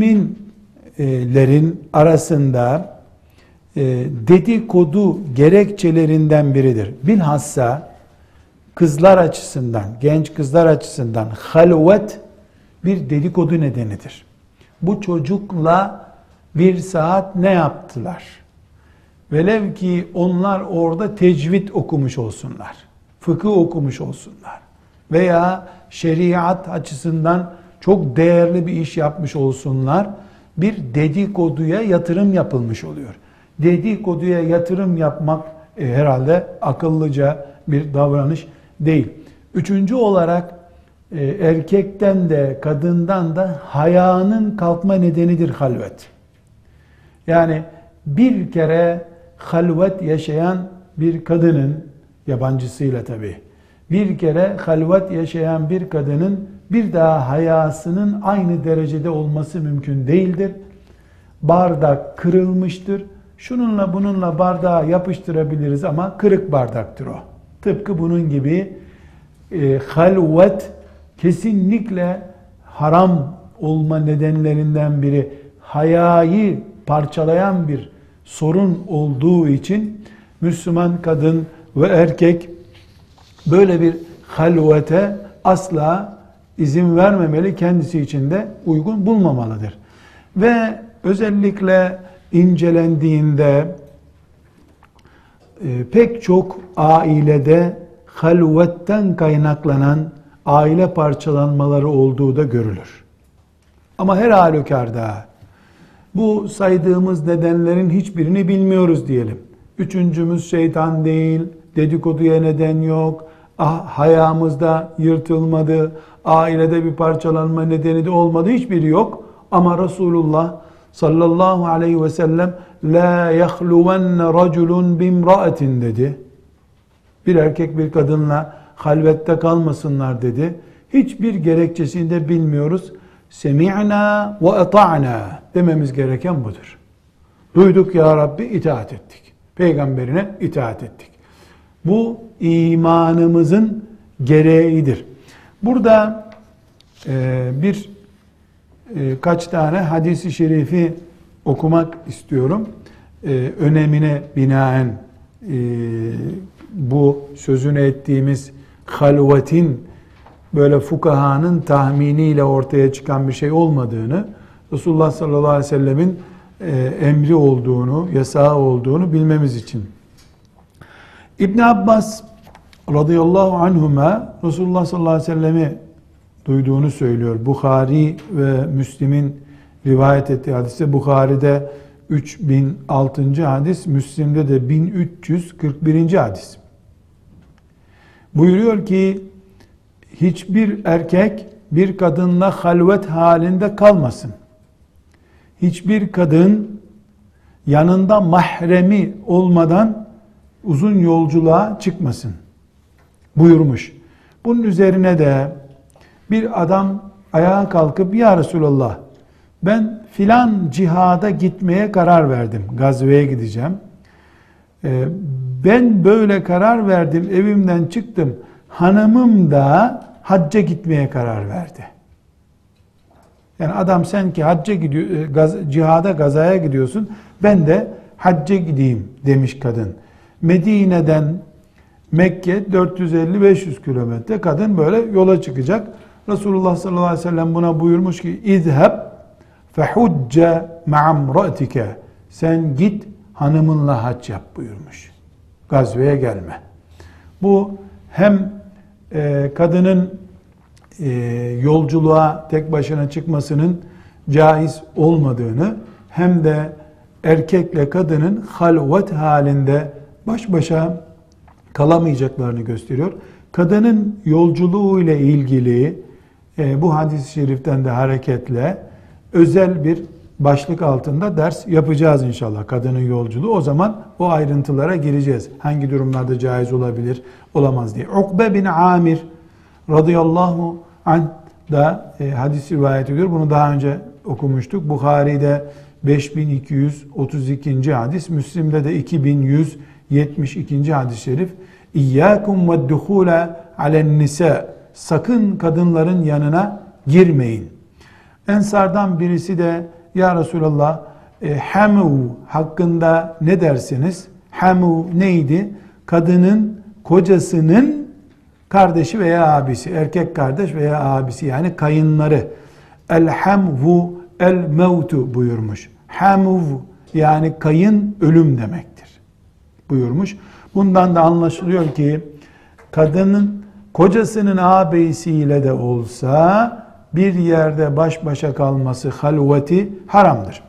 müminlerin arasında e, dedikodu gerekçelerinden biridir. Bilhassa kızlar açısından, genç kızlar açısından halvet bir dedikodu nedenidir. Bu çocukla bir saat ne yaptılar? Velev ki onlar orada tecvid okumuş olsunlar, fıkıh okumuş olsunlar veya şeriat açısından çok değerli bir iş yapmış olsunlar, bir dedikoduya yatırım yapılmış oluyor. Dedikoduya yatırım yapmak e, herhalde akıllıca bir davranış değil. Üçüncü olarak e, erkekten de kadından da hayanın kalkma nedenidir halvet. Yani bir kere halvet yaşayan bir kadının, yabancısıyla tabii, bir kere halvet yaşayan bir kadının bir daha hayasının aynı derecede olması mümkün değildir. Bardak kırılmıştır. Şununla bununla bardağı yapıştırabiliriz ama kırık bardaktır o. Tıpkı bunun gibi e, halvet kesinlikle haram olma nedenlerinden biri, hayayı parçalayan bir sorun olduğu için Müslüman kadın ve erkek böyle bir halvete asla izin vermemeli, kendisi için de uygun bulmamalıdır. Ve özellikle incelendiğinde e, pek çok ailede halvetten kaynaklanan aile parçalanmaları olduğu da görülür. Ama her halükarda bu saydığımız nedenlerin hiçbirini bilmiyoruz diyelim. Üçüncümüz şeytan değil, dedikoduya neden yok, ah, hayamızda yırtılmadı, ailede bir parçalanma nedeni de olmadı, hiçbiri yok. Ama Resulullah sallallahu aleyhi ve sellem la yahluvenne raculun bimraatin dedi. Bir erkek bir kadınla halvette kalmasınlar dedi. Hiçbir gerekçesini de bilmiyoruz. Semi'na ve ata'na dememiz gereken budur. Duyduk ya Rabbi, itaat ettik. Peygamberine itaat ettik. Bu imanımızın gereğidir. Burada e, bir e, kaç tane hadisi şerifi okumak istiyorum. Ee, önemine binaen e, bu sözünü ettiğimiz halvetin böyle fukahanın tahminiyle ortaya çıkan bir şey olmadığını, Resulullah sallallahu aleyhi ve sellemin e, emri olduğunu, yasağı olduğunu bilmemiz için. İbn Abbas radıyallahu anhuma Resulullah sallallahu aleyhi ve sellemi duyduğunu söylüyor. Bukhari ve Müslim'in rivayet ettiği hadiste, Bukhari'de üç bin altıncı hadis, Müslim'de de bin üç yüz kırk birinci hadis. Buyuruyor ki hiçbir erkek bir kadınla halvet halinde kalmasın. Hiçbir kadın yanında mahremi olmadan uzun yolculuğa çıkmasın buyurmuş. Bunun üzerine de bir adam ayağa kalkıp ya Resulallah, ben filan cihada gitmeye karar verdim. Gazveye gideceğim. Ee, ben böyle karar verdim, evimden çıktım. Hanımım da hacca gitmeye karar verdi. Yani adam sen ki hacca gidiyor, gaz, cihada, gazaya gidiyorsun. Ben de hacca gideyim demiş kadın. Medine'den Mekke dört yüz elli beş yüz kilometre, kadın böyle yola çıkacak. Resulullah sallallahu aleyhi ve sellem buna buyurmuş ki İzheb fehucce ma'amra'tike, sen git hanımınla hac yap buyurmuş. Gazveye gelme. Bu hem e, kadının e, yolculuğa tek başına çıkmasının caiz olmadığını, hem de erkekle kadının halvet halinde baş başa kalamayacaklarını gösteriyor. Kadının yolculuğu ile ilgili e, bu hadis-i şeriften de hareketle özel bir başlık altında ders yapacağız inşallah. Kadının yolculuğu. O zaman o ayrıntılara gireceğiz. Hangi durumlarda caiz olabilir, olamaz diye. Ukbe bin Amir radıyallahu anh da e, hadis rivayet ediyor. Bunu daha önce okumuştuk. Bukhari'de beş bin iki yüz otuz ikinci hadis, Müslim'de de iki bin yüz yetmiş ikinci hadis-i şerif. İyyâkum ve'd-duhûle alen-nisâ, sakın kadınların yanına girmeyin. Ensardan birisi de ya Resulallah, e, hamu hakkında ne dersiniz? Hamu neydi? Kadının kocasının kardeşi veya abisi, erkek kardeş veya abisi, yani kayınları. El hamvu el mevtu buyurmuş. Hamuv yani kayın, ölüm demektir buyurmuş. Bundan da anlaşılıyor ki kadının kocasının ağabeyisiyle de olsa bir yerde baş başa kalması, halveti haramdır.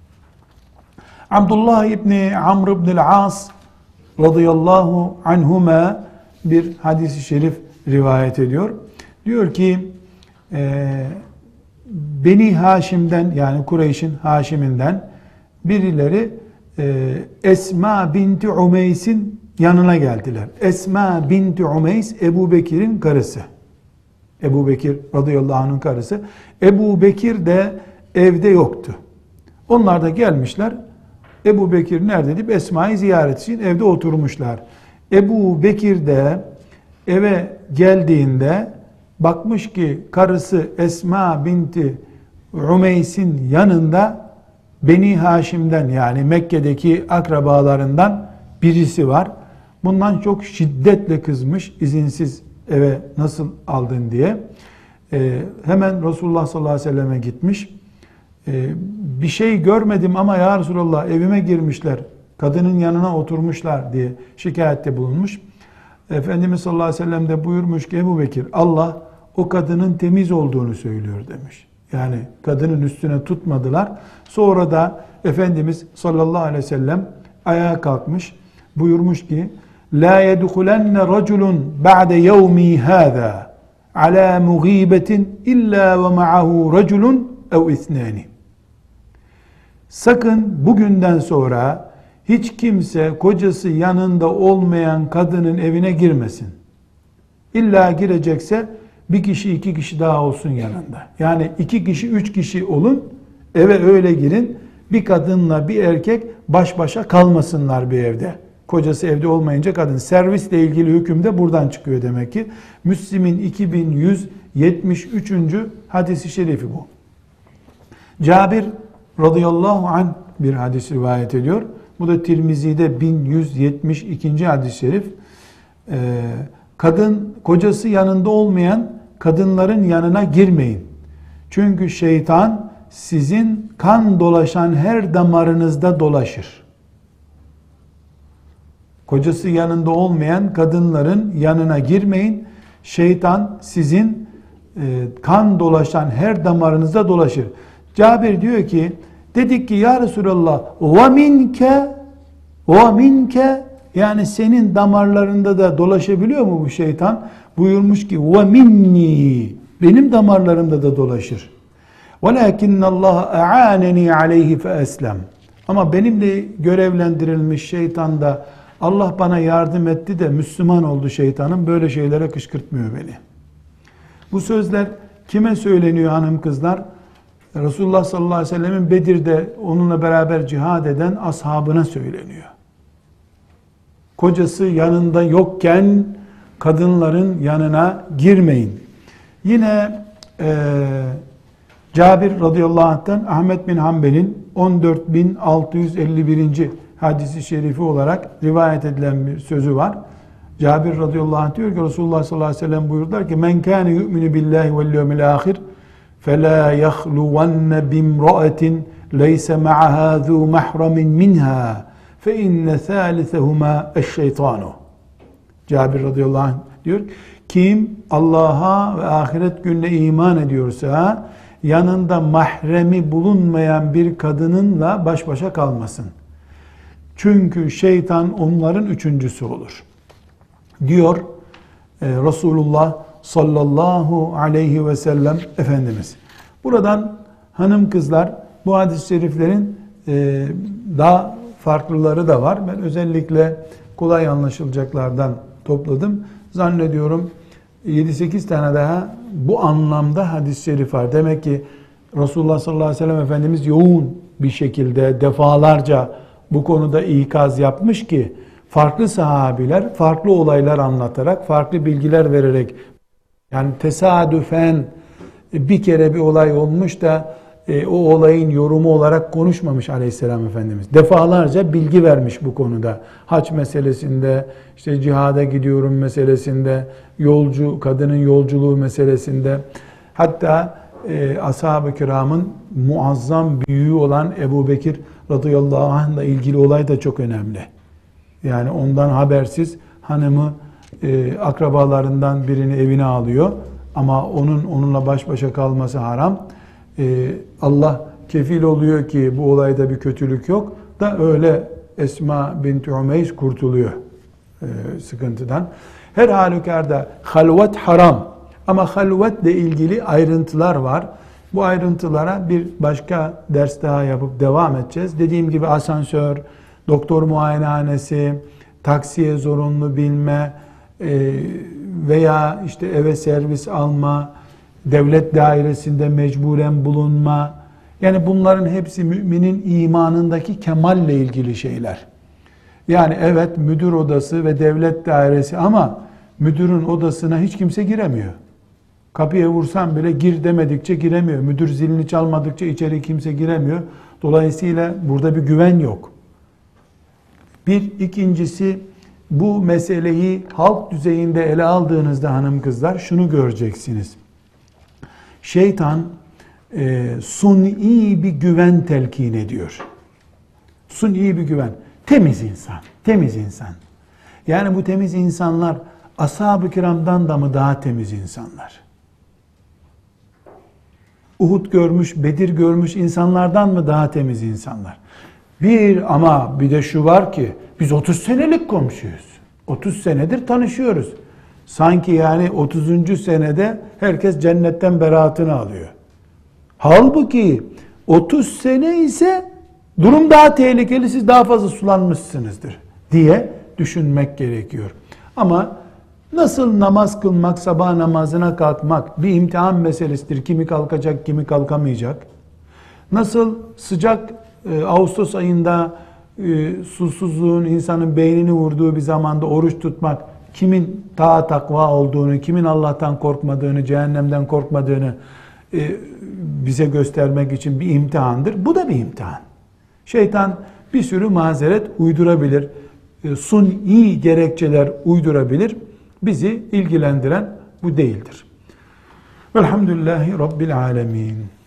Abdullah İbni Amr İbni As radıyallahu anhuma bir hadis-i şerif rivayet ediyor. Diyor ki e, Beni Haşim'den, yani Kureyş'in Haşim'inden birileri e, Esma binti Umeys'in yanına geldiler. Esma binti Umeys Ebu Bekir'in karısı. Ebu Bekir radıyallahu anh'ın karısı. Ebu Bekir de evde yoktu. Onlar da gelmişler. Ebu Bekir nerede deyip Esma'yı ziyaret için evde oturmuşlar. Ebu Bekir de eve geldiğinde bakmış ki karısı Esma binti Umeys'in yanında Beni Haşim'den, yani Mekke'deki akrabalarından birisi var. Bundan çok şiddetle kızmış, izinsiz eve nasıl aldın diye. Ee, hemen Resulullah sallallahu aleyhi ve selleme gitmiş. Ee, bir şey görmedim ama ya Resulullah evime girmişler, kadının yanına oturmuşlar diye şikayette bulunmuş. Efendimiz sallallahu aleyhi ve sellem de buyurmuş ki Ebu Bekir, Allah o kadının temiz olduğunu söylüyor demiş. Yani kadının üstüne tutmadılar. Sonra da Efendimiz sallallahu aleyhi ve sellem ayağa kalkmış, buyurmuş ki la yedhulenne raculun ba'de yevmi hâzâ alâ mugîbetin illâ ve ma'ahu raculun ev ithnâni. Sakın bugünden sonra hiç kimse kocası yanında olmayan kadının evine girmesin. İlla girecekse bir kişi, iki kişi daha olsun yanında. Yani iki kişi, üç kişi olun, eve öyle girin. Bir kadınla bir erkek baş başa kalmasınlar bir evde. Kocası evde olmayınca kadın. Servisle ilgili hüküm de buradan çıkıyor demek ki. Müslim'in iki bin yüz yetmiş üçüncü hadisi şerifi bu. Cabir radıyallahu anh bir hadis rivayet ediyor. Bu da Tirmizi'de bin yüz yetmiş ikinci hadis-i şerif. Ee, kadın, kocası yanında olmayan kadınların yanına girmeyin. Çünkü şeytan sizin kan dolaşan her damarınızda dolaşır. Kocası yanında olmayan kadınların yanına girmeyin. Şeytan sizin e, kan dolaşan her damarınızda dolaşır. Cabir diyor ki, dedik ki ya Resulallah, وَمِنْكَ وَمِنْكَ yani senin damarlarında da dolaşabiliyor mu bu şeytan? Buyurmuş ki وَمِنِّي benim damarlarımda da dolaşır. وَلَكِنَّ اللّٰهَ اَعَانَنِي عَلَيْهِ فَاَسْلَمْ ama benimle görevlendirilmiş şeytan da Allah bana yardım etti de Müslüman oldu şeytanım, böyle şeylere kışkırtmıyor beni. Bu sözler kime söyleniyor hanım kızlar? Resulullah sallallahu aleyhi ve sellemin Bedir'de onunla beraber cihad eden ashabına söyleniyor. Kocası yanında yokken kadınların yanına girmeyin. Yine e, Cabir radıyallahu anh'tan Ahmet bin Hanbel'in on dört bin altı yüz elli birinci hadisi şerifi olarak rivayet edilen bir sözü var. Cabir radıyallahu anh diyor ki Resulullah sallallahu aleyhi ve sellem buyurdular ki men kâne yu'minu billahi vel yevmil âhir فَلَا يَخْلُوَنَّ بِمْرَأَةٍ لَيْسَ مَعَهَا ذُو مَحْرَمٍ مِنْهَا فَاِنَّ ثَالِثَهُمَا الشَّيْطَانُ Cabir radıyallahu anh diyor, kim Allah'a ve ahiret gününe iman ediyorsa yanında mahremi bulunmayan bir kadınınla baş başa kalmasın. Çünkü şeytan onların üçüncüsü olur. Diyor e, Resulullah sallallahu aleyhi ve sellem Efendimiz. Buradan hanım kızlar bu hadis-i şeriflerin e, daha farklıları da var. Ben özellikle kolay anlaşılacaklardan topladım. Zannediyorum yedi sekiz tane daha bu anlamda hadis-i şerif var. Demek ki Resulullah sallallahu aleyhi ve sellem Efendimiz yoğun bir şekilde defalarca bu konuda ikaz yapmış ki farklı sahabiler farklı olaylar anlatarak, farklı bilgiler vererek, yani tesadüfen bir kere bir olay olmuş da e, o olayın yorumu olarak konuşmamış Aleyhisselam Efendimiz. Defalarca bilgi vermiş bu konuda. Hac meselesinde, işte cihada gidiyorum meselesinde, yolcu kadının yolculuğu meselesinde. Hatta e, ashab-ı kiramın muazzam büyüğü olan Ebu Bekir radıyallahu anh'la ilgili olay da çok önemli. Yani ondan habersiz hanımı e, akrabalarından birini evine alıyor ama onun onunla baş başa kalması haram. E, Allah kefil oluyor ki bu olayda bir kötülük yok da öyle Esma bint Umeys kurtuluyor e, sıkıntıdan. Her halükarda halvet haram ama halvetle ilgili ayrıntılar var. Bu ayrıntılara bir başka ders daha yapıp devam edeceğiz. Dediğim gibi asansör, doktor muayenehanesi, taksiye zorunlu binme veya işte eve servis alma, devlet dairesinde mecburen bulunma. Yani bunların hepsi müminin imanındaki kemalle ilgili şeyler. Yani evet müdür odası ve devlet dairesi ama müdürün odasına hiç kimse giremiyor. Kapıya vursan bile gir demedikçe giremiyor. Müdür zilini çalmadıkça içeri kimse giremiyor. Dolayısıyla burada bir güven yok. Bir ikincisi, bu meseleyi halk düzeyinde ele aldığınızda hanım kızlar şunu göreceksiniz. Şeytan e, suni bir güven telkin ediyor. Suni bir güven. Temiz insan, temiz insan. Yani bu temiz insanlar ashab-ı kiramdan da mı daha temiz insanlar? Uhud görmüş, Bedir görmüş insanlardan mı daha temiz insanlar? Bir ama bir de şu var ki biz otuz senelik komşuyuz. otuz senedir tanışıyoruz. Sanki yani otuzuncu senede herkes cennetten beraatını alıyor. Halbuki otuz sene ise durum daha tehlikeli, siz daha fazla sulanmışsınızdır diye düşünmek gerekiyor. Ama nasıl namaz kılmak, sabah namazına kalkmak bir imtihan meselesidir. Kimi kalkacak, kimi kalkamayacak. Nasıl sıcak e, Ağustos ayında e, susuzluğun insanın beynini vurduğu bir zamanda oruç tutmak, kimin ta takva olduğunu, kimin Allah'tan korkmadığını, cehennemden korkmadığını e, bize göstermek için bir imtihandır. Bu da bir imtihan. Şeytan bir sürü mazeret uydurabilir. Suni gerekçeler uydurabilir. Bizi ilgilendiren bu değildir. Velhamdülillahi Rabbil alemin.